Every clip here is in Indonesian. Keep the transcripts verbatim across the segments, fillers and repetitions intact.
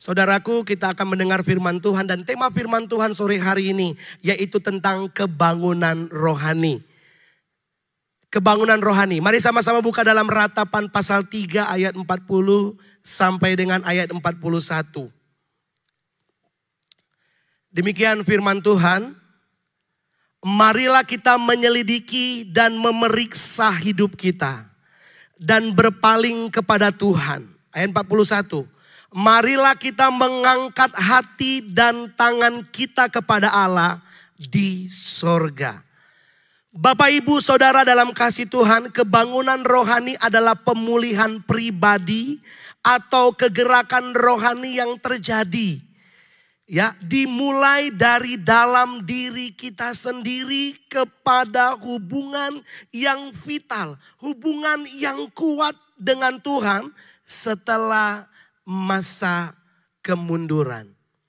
Saudaraku, kita akan mendengar firman Tuhan dan tema firman Tuhan sore hari ini yaitu tentang kebangunan rohani. Kebangunan rohani. Mari sama-sama buka dalam Ratapan pasal tiga ayat empat puluh sampai dengan ayat empat puluh satu. Demikian firman Tuhan. Marilah kita menyelidiki dan memeriksa hidup kita dan berpaling kepada Tuhan. Ayat empat puluh satu. Marilah kita mengangkat hati dan tangan kita kepada Allah di sorga. Bapak, Ibu, Saudara dalam kasih Tuhan, kebangunan rohani adalah pemulihan pribadi atau kegerakan rohani yang terjadi. Ya, dimulai dari dalam diri kita sendiri kepada hubungan yang vital, hubungan yang kuat dengan Tuhan setelah masa kemunduran.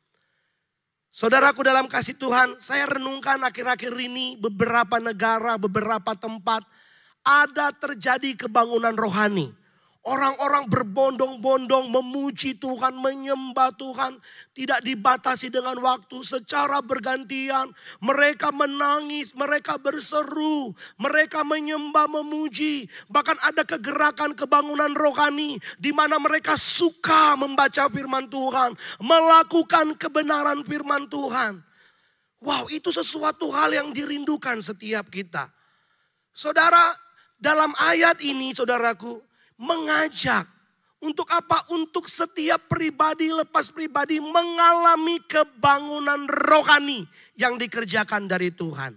Saudaraku dalam kasih Tuhan, saya renungkan akhir-akhir ini beberapa negara, beberapa tempat ada terjadi kebangunan rohani. Orang-orang berbondong-bondong memuji Tuhan, menyembah Tuhan. Tidak dibatasi dengan waktu, secara bergantian. Mereka menangis, mereka berseru, mereka menyembah, memuji. Bahkan ada kegerakan kebangunan rohani di mana mereka suka membaca firman Tuhan, melakukan kebenaran firman Tuhan. Wow, itu sesuatu hal yang dirindukan setiap kita. Saudara, dalam ayat ini saudaraku, mengajak untuk apa? Untuk setiap pribadi lepas pribadi mengalami kebangunan rohani yang dikerjakan dari Tuhan.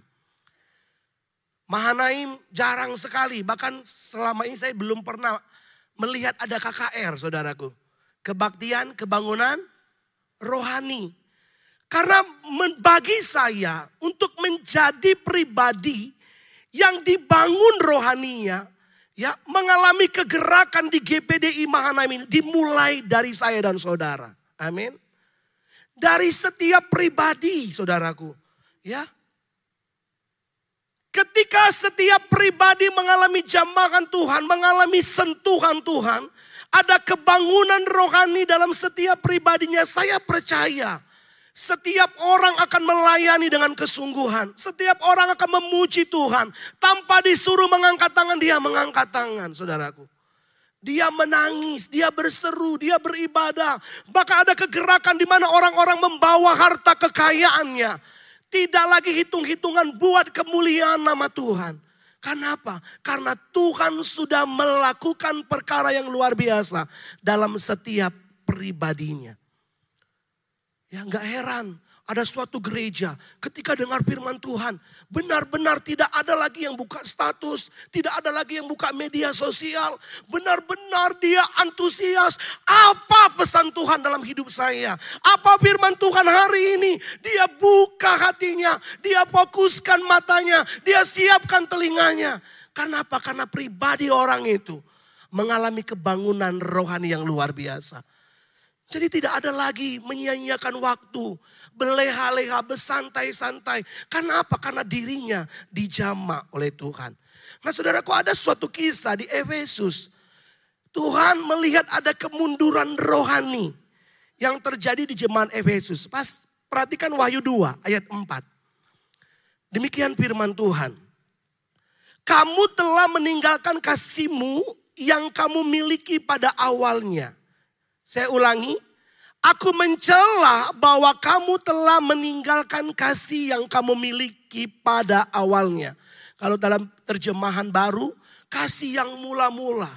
Mahanaim jarang sekali, bahkan selama ini saya belum pernah melihat ada K K R, saudaraku. Kebaktian, kebangunan rohani. Karena bagi saya untuk menjadi pribadi yang dibangun rohaninya, ya, mengalami kegerakan di G P D I Mahanaim ini dimulai dari saya dan saudara. Amin. Dari setiap pribadi, saudaraku. Ya. Ketika setiap pribadi mengalami jamahan Tuhan, mengalami sentuhan Tuhan, ada kebangunan rohani dalam setiap pribadinya. Saya percaya setiap orang akan melayani dengan kesungguhan. Setiap orang akan memuji Tuhan. Tanpa disuruh mengangkat tangan, dia mengangkat tangan, saudaraku. Dia menangis, dia berseru, dia beribadah. Bahkan ada kegerakan di mana orang-orang membawa harta kekayaannya. Tidak lagi hitung-hitungan buat kemuliaan nama Tuhan. Kenapa? Karena Tuhan sudah melakukan perkara yang luar biasa dalam setiap pribadinya. Ya, nggak heran ada suatu gereja ketika dengar firman Tuhan benar-benar tidak ada lagi yang buka status, tidak ada lagi yang buka media sosial. Benar-benar dia antusias, apa pesan Tuhan dalam hidup saya? Apa firman Tuhan hari ini? Dia buka hatinya, dia fokuskan matanya, dia siapkan telinganya. Kenapa? Karena pribadi orang itu mengalami kebangunan rohani yang luar biasa. Jadi tidak ada lagi menyia-nyiakan waktu, berleha-leha, bersantai-santai. Karena apa? Karena dirinya dijamah oleh Tuhan. Nah, saudaraku, ada suatu kisah di Efesus. Tuhan melihat ada kemunduran rohani yang terjadi di jemaat Efesus. Pas perhatikan Wahyu dua ayat empat. Demikian firman Tuhan. Kamu telah meninggalkan kasihmu yang kamu miliki pada awalnya. Saya ulangi, aku mencela bahwa kamu telah meninggalkan kasih yang kamu miliki pada awalnya. Kalau dalam terjemahan baru, kasih yang mula-mula.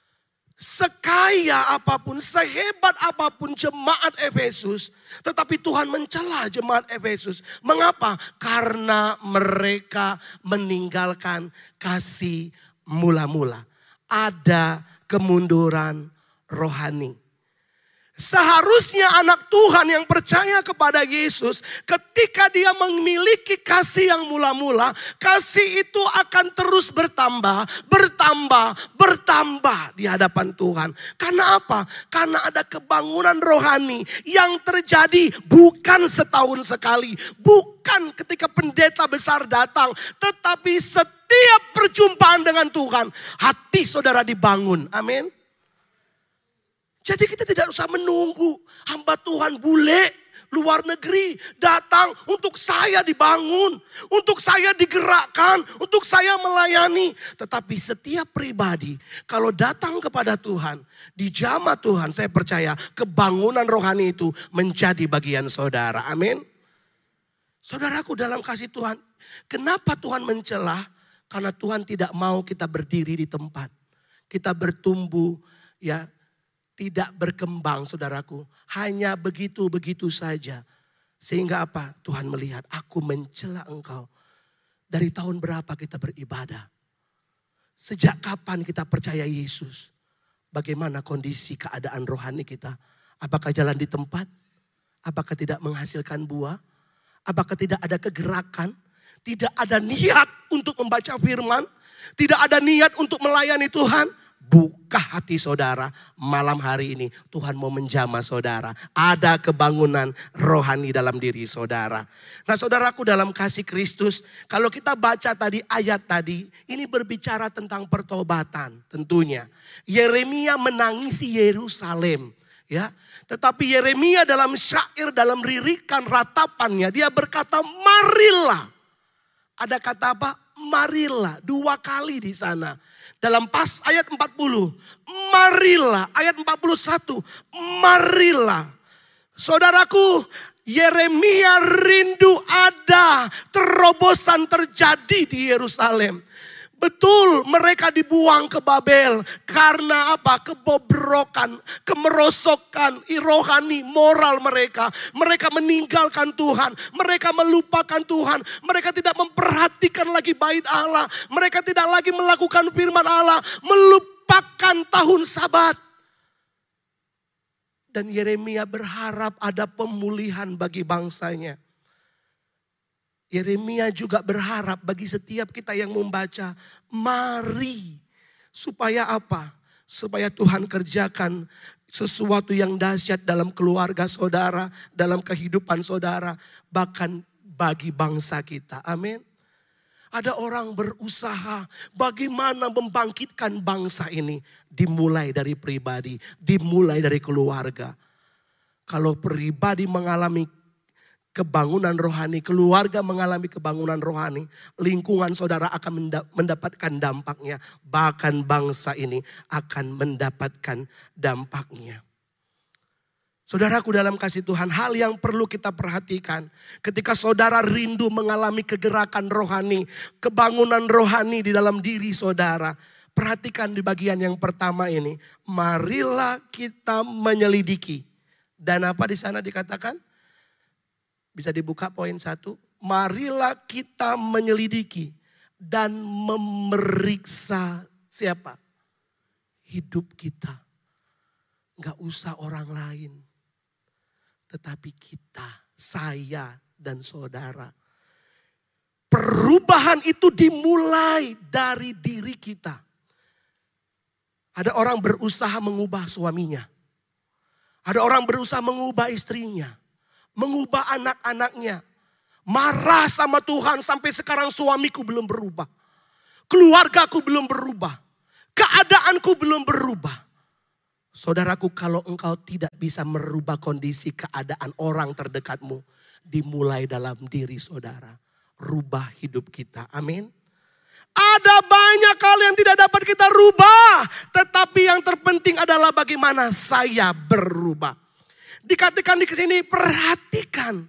Sekaya apapun, sehebat apapun jemaat Efesus, tetapi Tuhan mencela jemaat Efesus. Mengapa? Karena mereka meninggalkan kasih mula-mula. Ada kemunduran rohani. Seharusnya anak Tuhan yang percaya kepada Yesus, ketika dia memiliki kasih yang mula-mula, kasih itu akan terus bertambah, bertambah, bertambah di hadapan Tuhan. Karena apa? Karena ada kebangunan rohani yang terjadi bukan setahun sekali, bukan ketika pendeta besar datang, tetapi setiap perjumpaan dengan Tuhan, hati saudara dibangun. Amin. Jadi kita tidak usah menunggu hamba Tuhan bule luar negeri datang untuk saya dibangun, untuk saya digerakkan, untuk saya melayani. Tetapi setiap pribadi kalau datang kepada Tuhan, dijamah Tuhan, saya percaya kebangunan rohani itu menjadi bagian saudara. Amin. Saudaraku dalam kasih Tuhan, kenapa Tuhan mencela? Karena Tuhan tidak mau kita berdiri di tempat. Kita bertumbuh ya, tidak berkembang saudaraku. Hanya begitu-begitu saja. Sehingga apa? Tuhan melihat aku mencela engkau. Dari tahun berapa kita beribadah? Sejak kapan kita percaya Yesus? Bagaimana kondisi keadaan rohani kita? Apakah jalan di tempat? Apakah tidak menghasilkan buah? Apakah tidak ada kegerakan? Tidak ada niat untuk membaca firman? Tidak ada niat untuk melayani Tuhan? Buka hati saudara, malam hari ini Tuhan mau menjamah saudara. Ada kebangunan rohani dalam diri saudara. Nah saudaraku dalam kasih Kristus, kalau kita baca tadi ayat tadi, ini berbicara tentang pertobatan tentunya. Yeremia menangisi Yerusalem. Ya, tetapi Yeremia dalam syair, dalam lirikan ratapannya, dia berkata marilah. Ada kata apa? Marilah, dua kali di sana. Dalam pas ayat empat puluh, marilah. Ayat empat puluh satu, marilah. Saudaraku, Yeremia rindu ada terobosan terjadi di Yerusalem. Betul mereka dibuang ke Babel karena apa? Kebobrokan, kemerosokan rohani moral mereka. Mereka meninggalkan Tuhan, mereka melupakan Tuhan. Mereka tidak memperhatikan lagi bait Allah. Mereka tidak lagi melakukan firman Allah, melupakan tahun Sabat. Dan Yeremia berharap ada pemulihan bagi bangsanya. Yeremia juga berharap bagi setiap kita yang membaca, mari. Supaya apa? Supaya Tuhan kerjakan sesuatu yang dahsyat dalam keluarga saudara, dalam kehidupan saudara, bahkan bagi bangsa kita. Amin. Ada orang berusaha bagaimana membangkitkan bangsa ini. Dimulai dari pribadi, dimulai dari keluarga. Kalau pribadi mengalami kebangunan rohani, keluarga mengalami kebangunan rohani, lingkungan saudara akan mendapatkan dampaknya. Bahkan bangsa ini akan mendapatkan dampaknya. Saudaraku dalam kasih Tuhan, hal yang perlu kita perhatikan ketika saudara rindu mengalami kegerakan rohani, kebangunan rohani di dalam diri saudara. Perhatikan di bagian yang pertama ini, marilah kita menyelidiki. Dan apa di sana dikatakan? Bisa dibuka poin satu. Marilah kita menyelidiki dan memeriksa siapa? Hidup kita. Enggak usah orang lain. Tetapi kita, saya dan saudara. Perubahan itu dimulai dari diri kita. Ada orang berusaha mengubah suaminya. Ada orang berusaha mengubah istrinya. Mengubah anak-anaknya. Marah sama Tuhan sampai sekarang suamiku belum berubah. Keluargaku belum berubah. Keadaanku belum berubah. Saudaraku, kalau engkau tidak bisa merubah kondisi keadaan orang terdekatmu, dimulai dalam diri saudara. Rubah hidup kita. Amin. Ada banyak hal yang tidak dapat kita rubah. Tetapi yang terpenting adalah bagaimana saya berubah. Dikatakan di sini, perhatikan.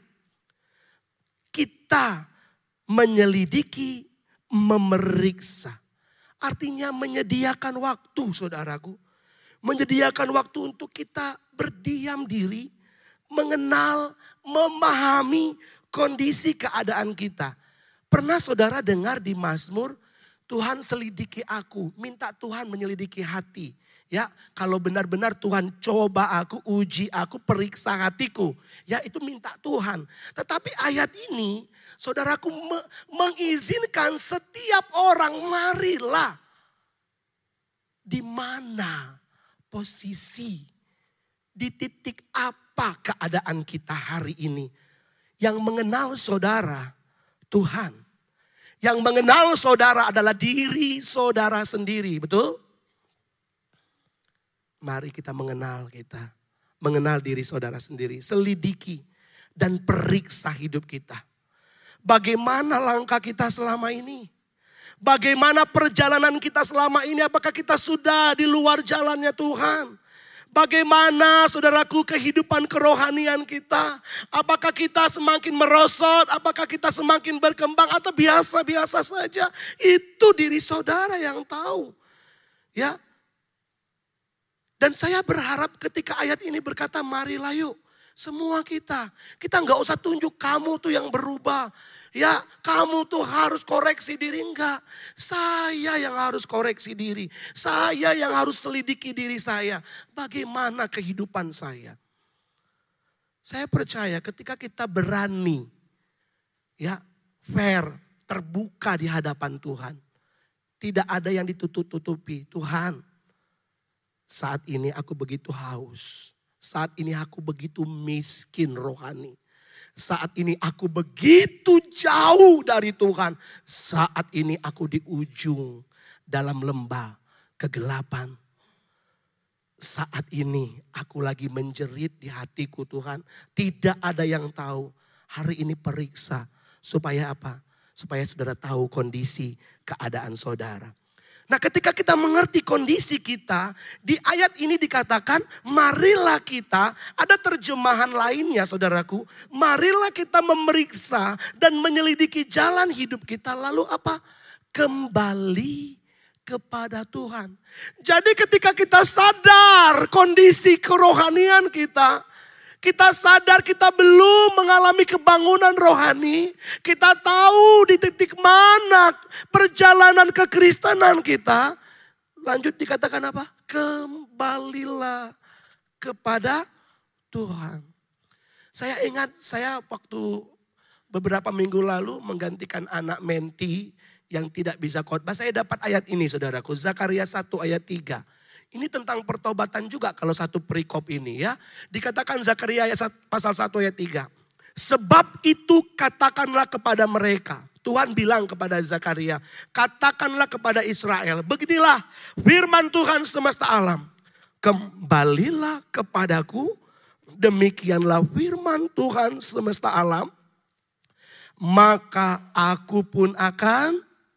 Kita menyelidiki, memeriksa. Artinya menyediakan waktu, saudaraku. Menyediakan waktu untuk kita berdiam diri. Mengenal, memahami kondisi keadaan kita. Pernah saudara dengar di Mazmur, Tuhan selidiki aku, minta Tuhan menyelidiki hati. Ya, kalau benar-benar Tuhan coba aku, uji aku, periksa hatiku. Ya, itu minta Tuhan. Tetapi ayat ini, saudaraku me- mengizinkan setiap orang, marilah. Di mana posisi, di titik apa keadaan kita hari ini. Yang mengenal saudara, Tuhan. Yang mengenal saudara adalah diri saudara sendiri, betul? Mari kita mengenal kita. Mengenal diri saudara sendiri. Selidiki dan periksa hidup kita. Bagaimana langkah kita selama ini? Bagaimana perjalanan kita selama ini? Apakah kita sudah di luar jalannya Tuhan? Bagaimana saudaraku kehidupan kerohanian kita? Apakah kita semakin merosot? Apakah kita semakin berkembang? Atau biasa-biasa saja? Itu diri saudara yang tahu. Ya. Dan saya berharap ketika ayat ini berkata, marilah yuk. Semua kita. Kita nggak usah tunjuk kamu tuh yang berubah. Ya, kamu tuh harus koreksi diri, enggak. Saya yang harus koreksi diri. Saya yang harus selidiki diri saya. Bagaimana kehidupan saya. Saya percaya ketika kita berani, ya, fair, terbuka di hadapan Tuhan. Tidak ada yang ditutup-tutupi. Tuhan, saat ini aku begitu haus. Saat ini aku begitu miskin rohani. Saat ini aku begitu jauh dari Tuhan. Saat ini aku di ujung dalam lembah kegelapan. Saat ini aku lagi menjerit di hatiku Tuhan. Tidak ada yang tahu. Hari ini periksa. Supaya apa? Supaya saudara tahu kondisi keadaan saudara. Nah, ketika kita mengerti kondisi kita, di ayat ini dikatakan, marilah kita, ada terjemahan lainnya saudaraku, marilah kita memeriksa dan menyelidiki jalan hidup kita, lalu apa? Kembali kepada Tuhan. Jadi ketika kita sadar kondisi kerohanian kita, kita sadar kita belum mengalami kebangunan rohani. Kita tahu di titik mana perjalanan kekristenan kita. Lanjut dikatakan apa? Kembalilah kepada Tuhan. Saya ingat saya waktu beberapa minggu lalu menggantikan anak menti yang tidak bisa khotbah. Saya dapat ayat ini saudaraku. Zakaria satu ayat tiga. Ini tentang pertobatan juga kalau satu perikop ini ya. Dikatakan Zakaria pasal satu ayat tiga. Sebab itu katakanlah kepada mereka. Tuhan bilang kepada Zakaria. Katakanlah kepada Israel. Beginilah firman Tuhan semesta alam. Kembalilah kepadaku. Demikianlah firman Tuhan semesta alam. Maka aku pun akan.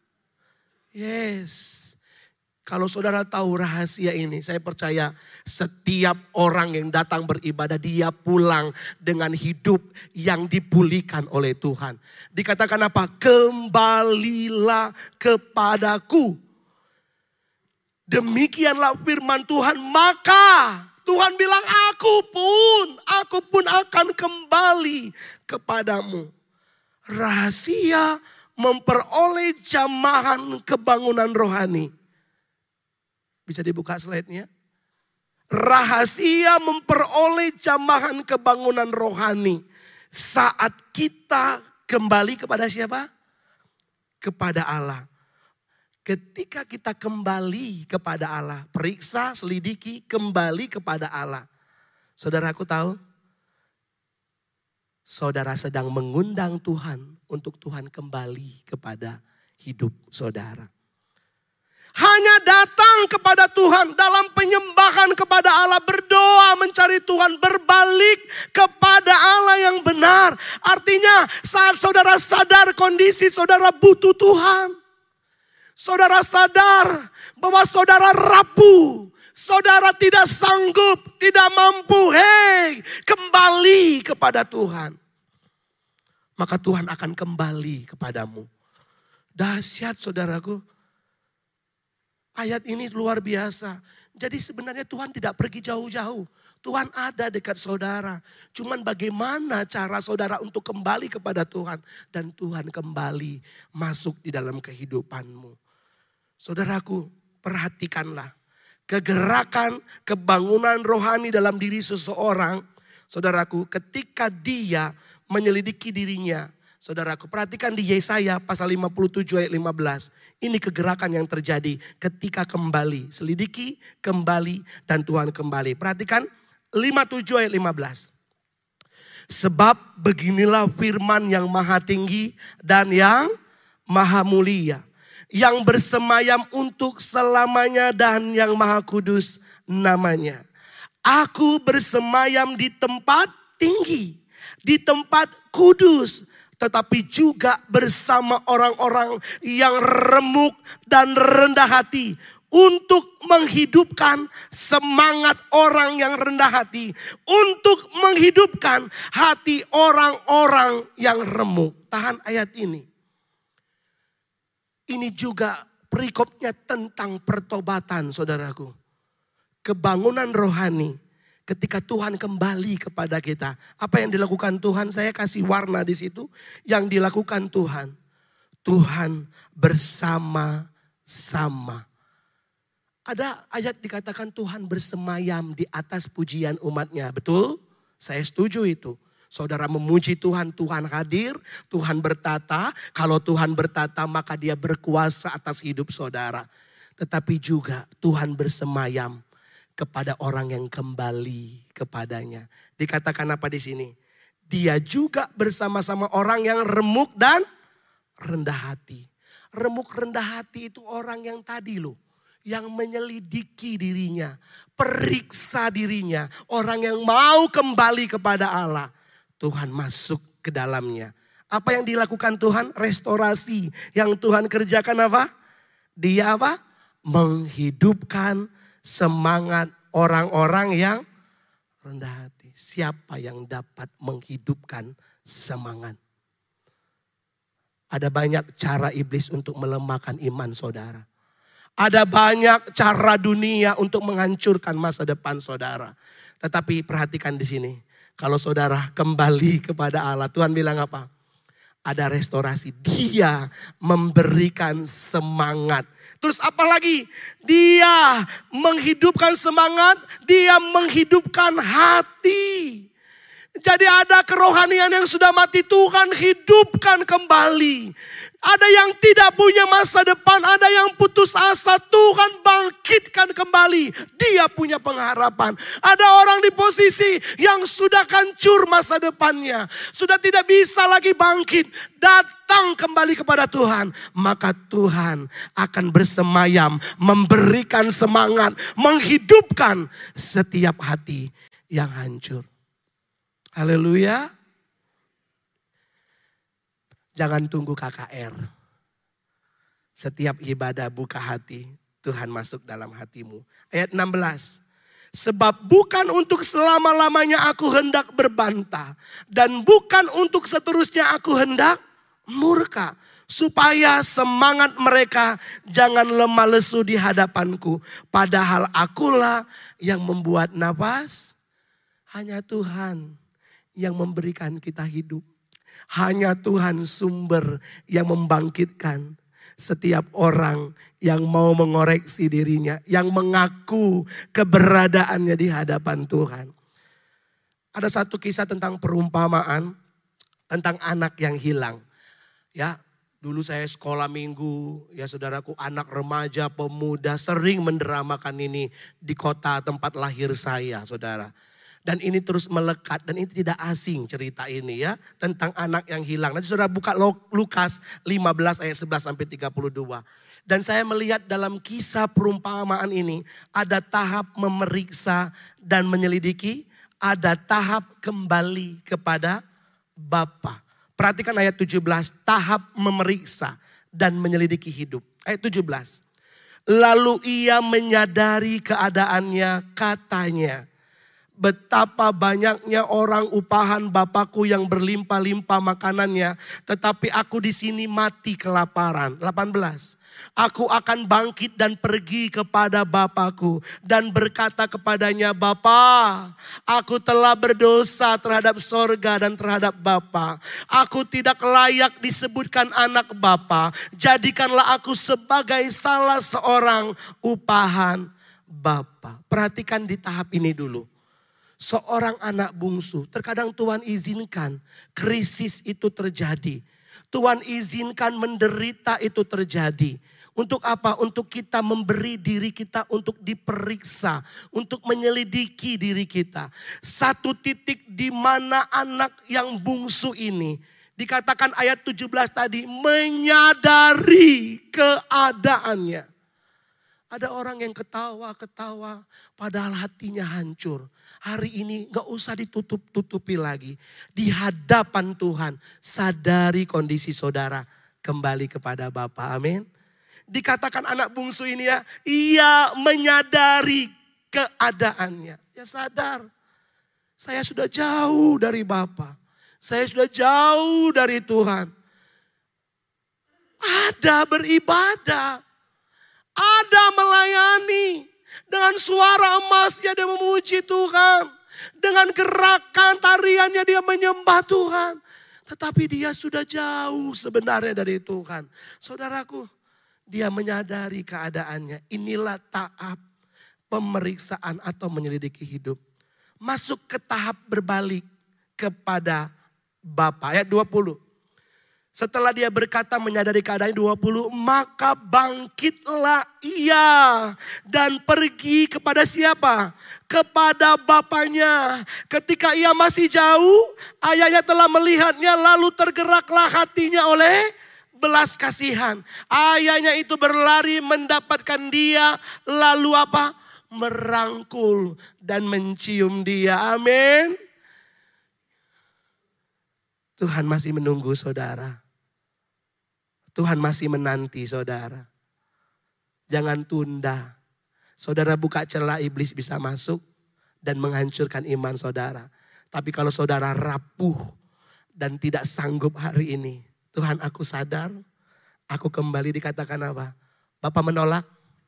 Yes. Kalau saudara tahu rahasia ini, saya percaya setiap orang yang datang beribadah, dia pulang dengan hidup yang dipulihkan oleh Tuhan. Dikatakan apa? Kembalilah kepadaku. Demikianlah firman Tuhan, maka Tuhan bilang aku pun, aku pun akan kembali kepadamu. Rahasia memperoleh jamahan kebangunan rohani. Bisa dibuka slide-nya. Rahasia memperoleh jamahan kebangunan rohani. Saat kita kembali kepada siapa? Kepada Allah. Ketika kita kembali kepada Allah. Periksa, selidiki, kembali kepada Allah. Saudaraku tahu? Saudara sedang mengundang Tuhan untuk Tuhan kembali kepada hidup saudara. Hanya datang kepada Tuhan dalam penyembahan kepada Allah. Berdoa mencari Tuhan. Berbalik kepada Allah yang benar. Artinya saat saudara sadar kondisi saudara butuh Tuhan. Saudara sadar bahwa saudara rapuh. Saudara tidak sanggup, tidak mampu. Hei, kembali kepada Tuhan. Maka Tuhan akan kembali kepadamu. Dahsyat saudaraku. Ayat ini luar biasa. Jadi sebenarnya Tuhan tidak pergi jauh-jauh. Tuhan ada dekat saudara. Cuman bagaimana cara saudara untuk kembali kepada Tuhan. Dan Tuhan kembali masuk di dalam kehidupanmu. Saudaraku, perhatikanlah. Kegerakan, kebangunan rohani dalam diri seseorang. Saudaraku, ketika dia menyelidiki dirinya. Saudaraku, perhatikan di Yesaya pasal lima puluh tujuh ayat lima belas. Ini kegerakan yang terjadi ketika kembali. Selidiki, kembali, dan Tuhan kembali. Perhatikan lima puluh tujuh ayat lima belas. Sebab beginilah firman yang maha tinggi dan yang maha mulia. Yang bersemayam untuk selamanya dan yang maha kudus namanya. Aku bersemayam di tempat tinggi, di tempat kudus, tetapi juga bersama orang-orang yang remuk dan rendah hati, untuk menghidupkan semangat orang yang rendah hati, untuk menghidupkan hati orang-orang yang remuk. Tahan ayat ini. Ini juga perikopnya tentang pertobatan, saudaraku. Kebangunan rohani ketika Tuhan kembali kepada kita. Apa yang dilakukan Tuhan? Saya kasih warna di situ. Yang dilakukan Tuhan. Tuhan bersama-sama. Ada ayat dikatakan Tuhan bersemayam di atas pujian umatnya. Betul? Saya setuju itu. Saudara memuji Tuhan, Tuhan hadir, Tuhan bertata. Kalau Tuhan bertata maka dia berkuasa atas hidup saudara. Tetapi juga Tuhan bersemayam kepada orang yang kembali kepadanya. Dikatakan apa di sini? Dia juga bersama-sama orang yang remuk dan rendah hati. Remuk rendah hati itu orang yang tadi loh. Yang menyelidiki dirinya, periksa dirinya. Orang yang mau kembali kepada Allah. Tuhan masuk ke dalamnya. Apa yang dilakukan Tuhan? Restorasi. Yang Tuhan kerjakan apa? Dia apa? Menghidupkan semangat orang-orang yang rendah hati. Siapa yang dapat menghidupkan semangat? Ada banyak cara iblis untuk melemahkan iman saudara. Ada banyak cara dunia untuk menghancurkan masa depan saudara. Tetapi perhatikan di sini. Kalau saudara kembali kepada Allah, Tuhan bilang apa? Ada restorasi. Dia memberikan semangat. Terus apa lagi? Dia menghidupkan semangat, dia menghidupkan hati. Jadi ada kerohanian yang sudah mati, Tuhan hidupkan kembali. Ada yang tidak punya masa depan, ada yang putus asa, Tuhan bangkitkan kembali. Dia punya pengharapan. Ada orang di posisi yang sudah hancur masa depannya. Sudah tidak bisa lagi bangkit. Datang kembali kepada Tuhan. Maka Tuhan akan bersemayam, memberikan semangat, menghidupkan setiap hati yang hancur. Haleluya. Jangan tunggu K K R. Setiap ibadah buka hati, Tuhan masuk dalam hatimu. Ayat enam belas. Sebab bukan untuk selama-lamanya aku hendak berbantah. Dan bukan untuk seterusnya aku hendak murka. Supaya semangat mereka jangan lemah lesu di hadapanku. Padahal akulah yang membuat nafas. Hanya Tuhan yang memberikan kita hidup. Hanya Tuhan sumber yang membangkitkan setiap orang yang mau mengoreksi dirinya. Yang mengaku keberadaannya di hadapan Tuhan. Ada satu kisah tentang perumpamaan. Tentang anak yang hilang. Ya, dulu saya sekolah minggu. Ya saudaraku, anak remaja, pemuda sering mendramakan ini di kota tempat lahir saya, saudara. Dan ini terus melekat dan ini tidak asing cerita ini ya. Tentang anak yang hilang. Nanti saudara buka Lukas lima belas ayat sebelas sampai tiga puluh dua. Dan saya melihat dalam kisah perumpamaan ini. Ada tahap memeriksa dan menyelidiki. Ada tahap kembali kepada Bapa. Perhatikan ayat tujuh belas. Tahap memeriksa dan menyelidiki hidup. Ayat tujuh belas. Lalu ia menyadari keadaannya, katanya. Betapa banyaknya orang upahan Bapakku yang berlimpah-limpah makanannya. Tetapi aku di sini mati kelaparan. delapan belas. Aku akan bangkit dan pergi kepada Bapakku. Dan berkata kepadanya, Bapa, aku telah berdosa terhadap sorga dan terhadap Bapa. Aku tidak layak disebutkan anak Bapa. Jadikanlah aku sebagai salah seorang upahan Bapa. Perhatikan di tahap ini dulu. Seorang anak bungsu, terkadang Tuhan izinkan krisis itu terjadi. Tuhan izinkan menderita itu terjadi. Untuk apa? Untuk kita memberi diri kita untuk diperiksa. Untuk menyelidiki diri kita. Satu titik di mana anak yang bungsu ini, dikatakan ayat tujuh belas tadi, menyadari keadaannya. Ada orang yang ketawa-ketawa padahal hatinya hancur. Hari ini gak usah ditutup-tutupi lagi. Di hadapan Tuhan sadari kondisi saudara kembali kepada Bapa. Amin. Dikatakan anak bungsu ini ya, ia menyadari keadaannya. Ya sadar, saya sudah jauh dari Bapa. Saya sudah jauh dari Tuhan. Ada beribadah. Ada melayani. Dengan suara emasnya dia memuji Tuhan. Dengan gerakan tariannya dia menyembah Tuhan. Tetapi dia sudah jauh sebenarnya dari Tuhan. Saudaraku, dia menyadari keadaannya. Inilah tahap pemeriksaan atau menyelidiki hidup. Masuk ke tahap berbalik kepada Bapa. Ayat dua puluh. Setelah dia berkata menyadari keadaan dua puluh, maka bangkitlah ia dan pergi kepada siapa? Kepada bapaknya. Ketika ia masih jauh, ayahnya telah melihatnya lalu tergeraklah hatinya oleh belas kasihan. Ayahnya itu berlari mendapatkan dia lalu apa? Merangkul dan mencium dia. Amin. Tuhan masih menunggu saudara. Tuhan masih menanti saudara. Jangan tunda. Saudara buka celah iblis bisa masuk dan menghancurkan iman saudara. Tapi kalau saudara rapuh dan tidak sanggup hari ini. Tuhan aku sadar, aku kembali dikatakan apa? Bapa menolak.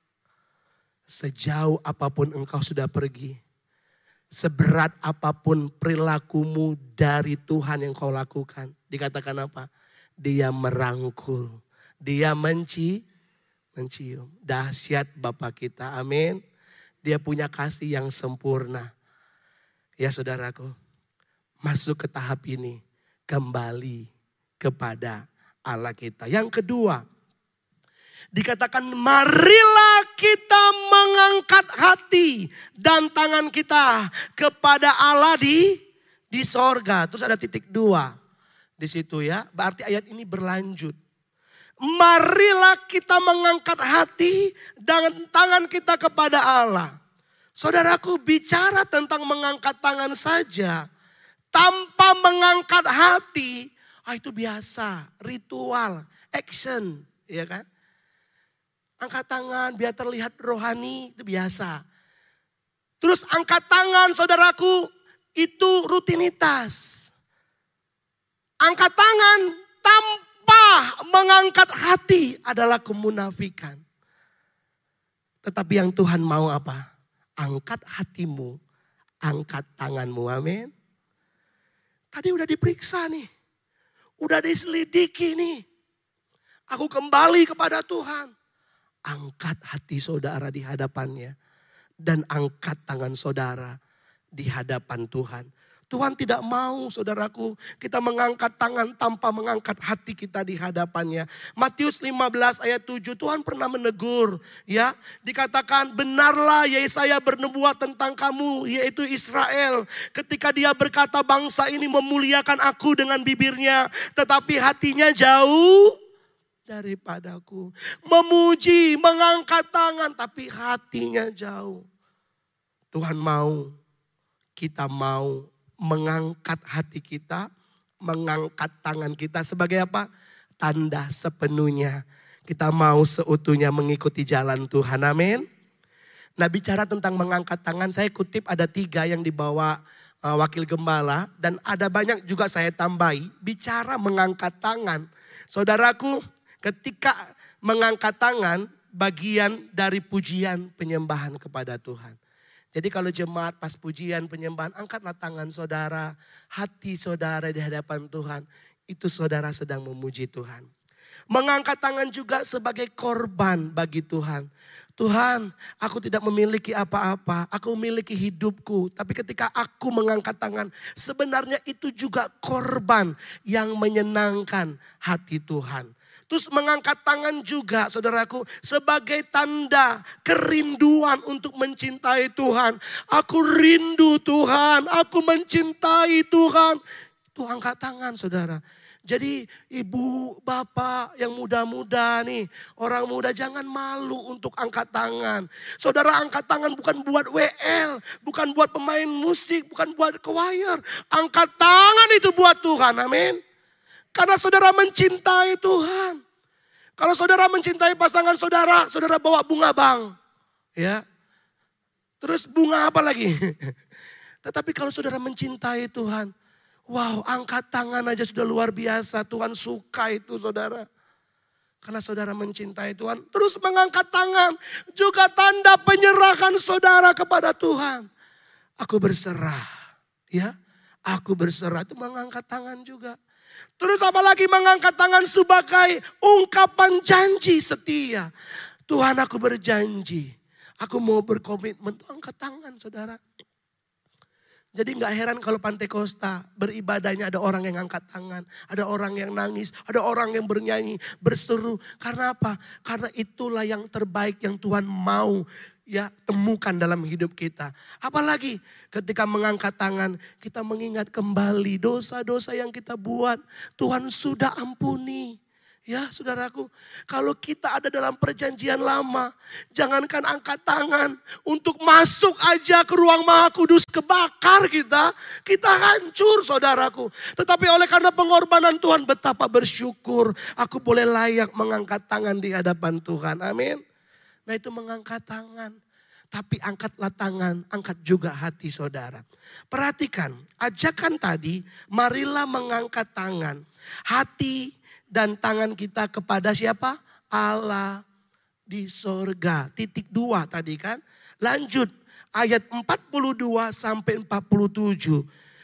Sejauh apapun engkau sudah pergi. Seberat apapun perilakumu dari Tuhan yang kau lakukan. Dikatakan apa? Dia merangkul, dia menci, mencium. Dahsyat Bapa kita, amin. Dia punya kasih yang sempurna. Ya saudaraku, masuk ke tahap ini, kembali kepada Allah kita. Yang kedua, dikatakan marilah kita mengangkat hati dan tangan kita kepada Allah di, di sorga. Terus ada titik dua. Di situ ya, berarti ayat ini berlanjut. Marilah kita mengangkat hati dan tangan kita kepada Allah. Saudaraku, bicara tentang mengangkat tangan saja tanpa mengangkat hati, ah itu biasa, ritual, action, ya kan? Angkat tangan biar terlihat rohani, itu biasa. Terus angkat tangan saudaraku, itu rutinitas. Angkat tangan tanpa mengangkat hati adalah kemunafikan. Tetapi yang Tuhan mau apa? Angkat hatimu, angkat tanganmu, amin. Tadi udah diperiksa nih, udah diselidiki nih. Aku kembali kepada Tuhan. Angkat hati saudara di hadapannya. Dan angkat tangan saudara di hadapan Tuhan. Tuhan tidak mau saudaraku kita mengangkat tangan tanpa mengangkat hati kita di hadapannya. Matius lima belas ayat tujuh Tuhan pernah menegur ya. Dikatakan benarlah Yesaya bernubuat tentang kamu yaitu Israel. Ketika dia berkata bangsa ini memuliakan aku dengan bibirnya tetapi hatinya jauh daripadaku. Memuji, mengangkat tangan tapi hatinya jauh. Tuhan mau, kita mau mengangkat hati kita, mengangkat tangan kita sebagai apa? Tanda sepenuhnya kita mau seutuhnya mengikuti jalan Tuhan, amin. Nah bicara tentang mengangkat tangan, saya kutip ada tiga yang dibawa uh, wakil gembala. Dan ada banyak juga saya tambahi, bicara mengangkat tangan. Saudaraku, ketika mengangkat tangan, bagian dari pujian penyembahan kepada Tuhan. Jadi kalau jemaat pas pujian penyembahan, angkatlah tangan saudara, hati saudara di hadapan Tuhan. Itu saudara sedang memuji Tuhan. Mengangkat tangan juga sebagai korban bagi Tuhan. Tuhan, aku tidak memiliki apa-apa, aku memiliki hidupku. Tapi ketika aku mengangkat tangan, sebenarnya itu juga korban yang menyenangkan hati Tuhan. Terus mengangkat tangan juga saudaraku sebagai tanda kerinduan untuk mencintai Tuhan. Aku rindu Tuhan, aku mencintai Tuhan. Itu angkat tangan saudara. Jadi ibu, bapak yang muda-muda nih, orang muda jangan malu untuk angkat tangan. Saudara angkat tangan bukan buat W L, bukan buat pemain musik, bukan buat choir. Angkat tangan itu buat Tuhan, amin. Karena saudara mencintai Tuhan. Kalau saudara mencintai pasangan saudara, saudara bawa bunga bang. Ya. Terus bunga apa lagi? Tetapi kalau saudara mencintai Tuhan, wow, angkat tangan aja sudah luar biasa. Tuhan suka itu saudara. Karena saudara mencintai Tuhan. Terus mengangkat tangan. Juga tanda penyerahan saudara kepada Tuhan. Aku berserah. Ya, aku berserah. Itu mengangkat tangan juga. Terus apalagi mengangkat tangan sebagai ungkapan janji setia. Tuhan, aku berjanji. Aku mau berkomitmen. Angkat tangan saudara. Jadi gak heran kalau Pantai Kosta beribadahnya ada orang yang angkat tangan. Ada orang yang nangis, ada orang yang bernyanyi, berseru. Karena apa? Karena itulah yang terbaik yang Tuhan mau ya temukan dalam hidup kita. Apalagi ketika mengangkat tangan, kita mengingat kembali dosa-dosa yang kita buat. Tuhan sudah ampuni. Ya saudaraku, kalau kita ada dalam perjanjian lama, jangankan angkat tangan, untuk masuk aja ke ruang Maha Kudus kebakar kita, kita hancur saudaraku. Tetapi oleh karena pengorbanan Tuhan, betapa bersyukur aku boleh layak mengangkat tangan di hadapan Tuhan, amin. Nah itu mengangkat tangan, tapi angkatlah tangan, angkat juga hati saudara. Perhatikan, ajakan tadi, marilah mengangkat tangan, hati dan tangan kita kepada siapa? Allah di sorga. Titik dua tadi kan. Lanjut ayat empat puluh dua sampai empat puluh tujuh.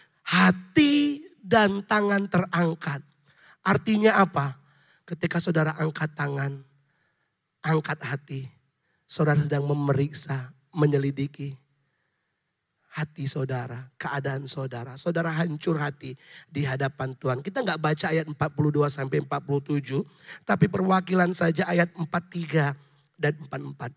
Hati dan tangan terangkat. Artinya apa? Ketika saudara angkat tangan, angkat hati. Saudara sedang memeriksa, menyelidiki hati saudara, keadaan saudara. Saudara hancur hati di hadapan Tuhan. Kita nggak baca ayat empat puluh dua sampai empat puluh tujuh. Tapi perwakilan saja ayat empat puluh tiga dan empat puluh empat.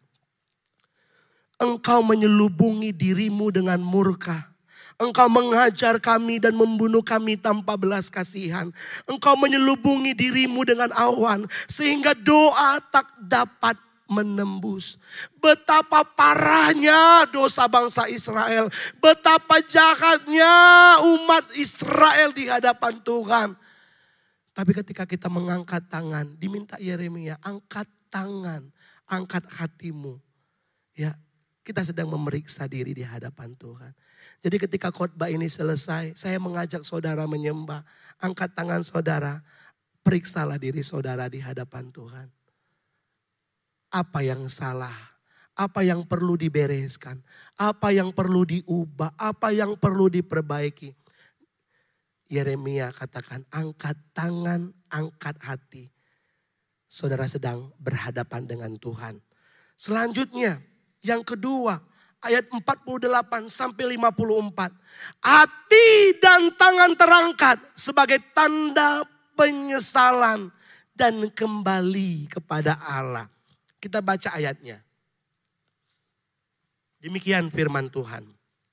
Engkau menyelubungi dirimu dengan murka. Engkau menghajar kami dan membunuh kami tanpa belas kasihan. Engkau menyelubungi dirimu dengan awan. Sehingga doa tak dapat menembus. Betapa parahnya dosa bangsa Israel. Betapa jahatnya umat Israel di hadapan Tuhan. Tapi ketika kita mengangkat tangan, diminta Yeremia, angkat tangan, angkat hatimu. Ya, kita sedang memeriksa diri di hadapan Tuhan. Jadi ketika khotbah ini selesai, saya mengajak saudara menyembah. Angkat tangan saudara, periksalah diri saudara di hadapan Tuhan. Apa yang salah, apa yang perlu dibereskan, apa yang perlu diubah, apa yang perlu diperbaiki. Yeremia katakan, angkat tangan, angkat hati. Saudara sedang berhadapan dengan Tuhan. Selanjutnya, yang kedua, ayat empat puluh delapan sampai lima puluh empat. Hati dan tangan terangkat sebagai tanda penyesalan dan kembali kepada Allah. Kita baca ayatnya. Demikian firman Tuhan.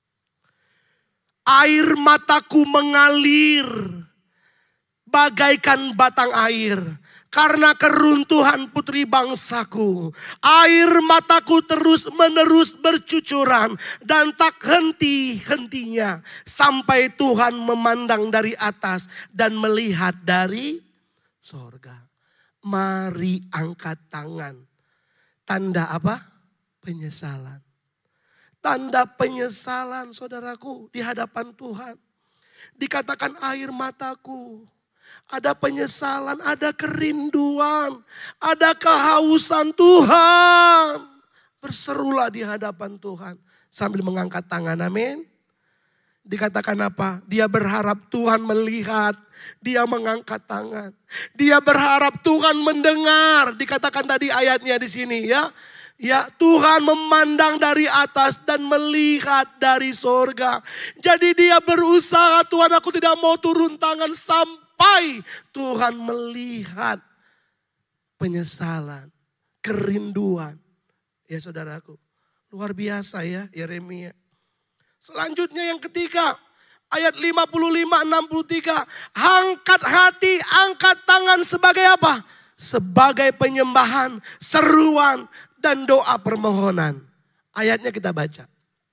Air mataku mengalir bagaikan batang air. Karena keruntuhan putri bangsaku. Air mataku terus menerus bercucuran. Dan tak henti-hentinya. Sampai Tuhan memandang dari atas. Dan melihat dari sorga. Mari angkat tangan. Tanda apa? Penyesalan. Tanda penyesalan saudaraku di hadapan Tuhan. Dikatakan air mataku. Ada penyesalan, ada kerinduan, ada kehausan Tuhan. Berserulah di hadapan Tuhan sambil mengangkat tangan, amin. Dikatakan apa? Dia berharap Tuhan melihat. Dia mengangkat tangan. Dia berharap Tuhan mendengar. Dikatakan tadi ayatnya di sini ya. Ya, Tuhan memandang dari atas dan melihat dari sorga. Jadi dia berusaha, Tuhan aku tidak mau turun tangan sampai Tuhan melihat penyesalan, kerinduan. Ya saudaraku, luar biasa ya Yeremia. Selanjutnya yang ketiga, Ayat lima puluh lima, enam puluh tiga. Angkat hati, angkat tangan sebagai apa? Sebagai penyembahan, seruan, dan doa permohonan. Ayatnya kita baca.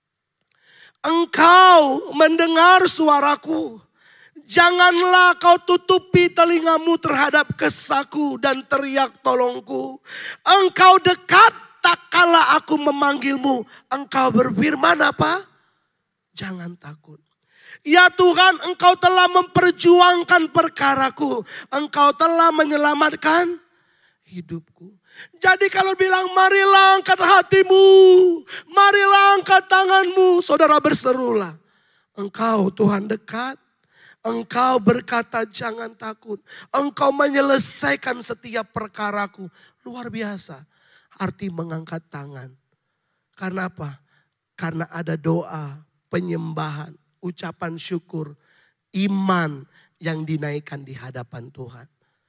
Engkau mendengar suaraku. Janganlah kau tutupi telingamu terhadap kesaku dan teriak tolongku. Engkau dekat tak kala aku memanggilmu. Engkau berfirman apa? Jangan takut. Ya Tuhan, Engkau telah memperjuangkan perkaraku. Engkau telah menyelamatkan hidupku. Jadi kalau bilang marilah angkat hatimu, marilah angkat tanganmu, saudara berserulah. Engkau Tuhan dekat, Engkau berkata jangan takut. Engkau menyelesaikan setiap perkaraku. Luar biasa, arti mengangkat tangan. Karena apa? Karena ada doa, penyembahan, ucapan syukur, iman yang dinaikkan di hadapan Tuhan.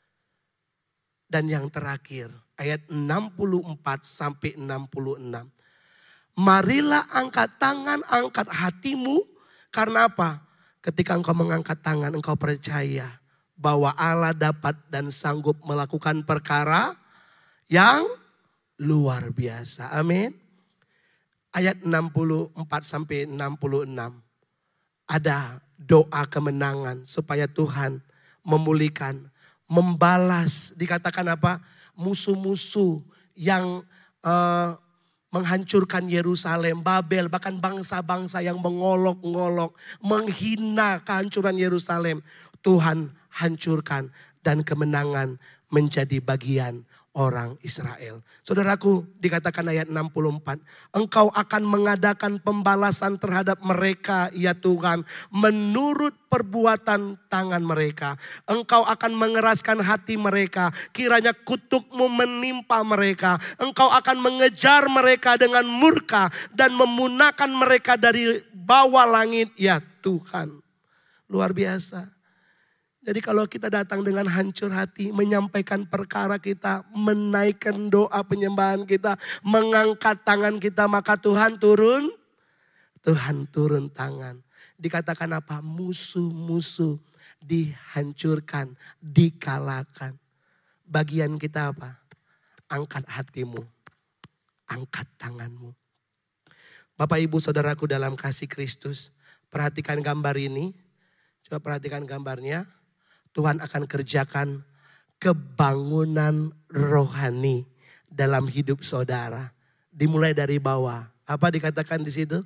Dan yang terakhir, ayat enam puluh empat sampai enam puluh enam. Marilah angkat tangan, angkat hatimu. Karena apa? Ketika engkau mengangkat tangan, engkau percaya bahwa Allah dapat dan sanggup melakukan perkara yang luar biasa. Amin. Ayat enam puluh empat sampai enam puluh enam. Ada doa kemenangan supaya Tuhan memulihkan, membalas, dikatakan apa? Musuh-musuh yang uh, menghancurkan Yerusalem, Babel, bahkan bangsa-bangsa yang mengolok-ngolok, menghina kehancuran Yerusalem. Tuhan hancurkan dan kemenangan menjadi bagian orang Israel. Saudaraku, dikatakan ayat enam puluh empat. Engkau akan mengadakan pembalasan terhadap mereka ya Tuhan. Menurut perbuatan tangan mereka. Engkau akan mengeraskan hati mereka. Kiranya kutukmu menimpa mereka. Engkau akan mengejar mereka dengan murka. Dan memunahkan mereka dari bawah langit ya Tuhan. Luar biasa. Jadi kalau kita datang dengan hancur hati, menyampaikan perkara kita, menaikkan doa penyembahan kita, mengangkat tangan kita, maka Tuhan turun, Tuhan turun tangan. Dikatakan apa? Musuh-musuh dihancurkan, dikalahkan. Bagian kita apa? Angkat hatimu, angkat tanganmu. Bapak Ibu Saudaraku dalam kasih Kristus, perhatikan gambar ini. Coba perhatikan gambarnya. Tuhan akan kerjakan kebangunan rohani dalam hidup saudara. Dimulai dari bawah. Apa dikatakan di situ?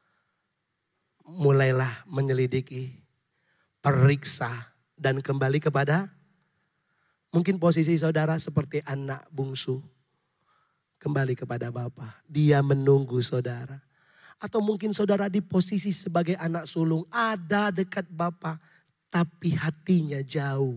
Mulailah menyelidiki, periksa, dan kembali kepada mungkin posisi saudara seperti anak bungsu. Kembali kepada Bapa. Dia menunggu saudara. Atau mungkin saudara di posisi sebagai anak sulung. Ada dekat Bapa. Tapi hatinya jauh.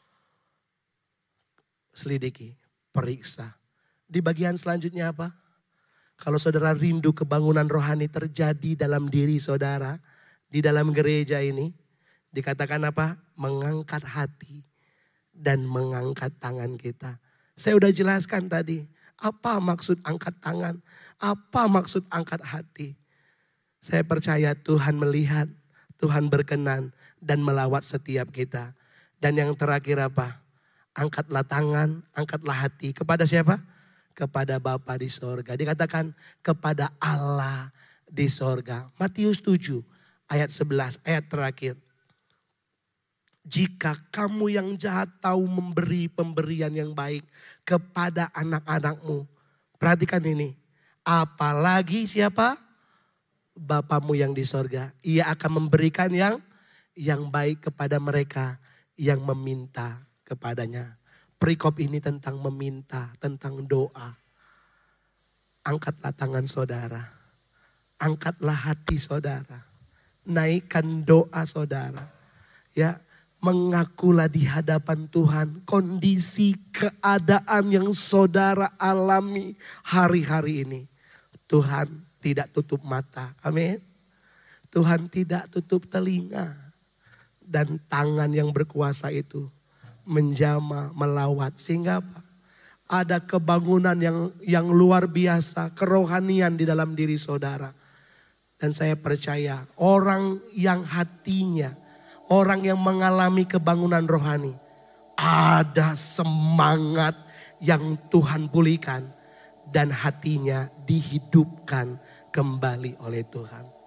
Selidiki, periksa. Di bagian selanjutnya apa? Kalau saudara rindu kebangunan rohani terjadi dalam diri saudara. Di dalam gereja ini. Dikatakan apa? Mengangkat hati. Dan mengangkat tangan kita. Saya udah jelaskan tadi. Apa maksud angkat tangan? Apa maksud angkat hati? Saya percaya Tuhan melihat. Tuhan berkenan. Dan melawat setiap kita. Dan yang terakhir apa? Angkatlah tangan, angkatlah hati. Kepada siapa? Kepada Bapa di sorga. Dikatakan kepada Allah di sorga. Matius tujuh ayat sebelas, ayat terakhir. Jika kamu yang jahat tahu memberi pemberian yang baik kepada anak-anakmu. Perhatikan ini. Apalagi siapa? Bapamu yang di sorga. Ia akan memberikan yang yang baik kepada mereka yang meminta kepadanya. Perikop ini tentang meminta, tentang doa. Angkatlah tangan saudara. Angkatlah hati saudara. Naikkan doa saudara. Ya, mengakulah di hadapan Tuhan kondisi keadaan yang saudara alami hari-hari ini. Tuhan tidak tutup mata. Amin. Tuhan tidak tutup telinga. Dan tangan yang berkuasa itu menjama, melawat. Sehingga apa? Ada kebangunan yang yang luar biasa. Kerohanian di dalam diri saudara. Dan saya percaya orang yang hatinya, orang yang mengalami kebangunan rohani, ada semangat yang Tuhan pulihkan dan hatinya dihidupkan kembali oleh Tuhan.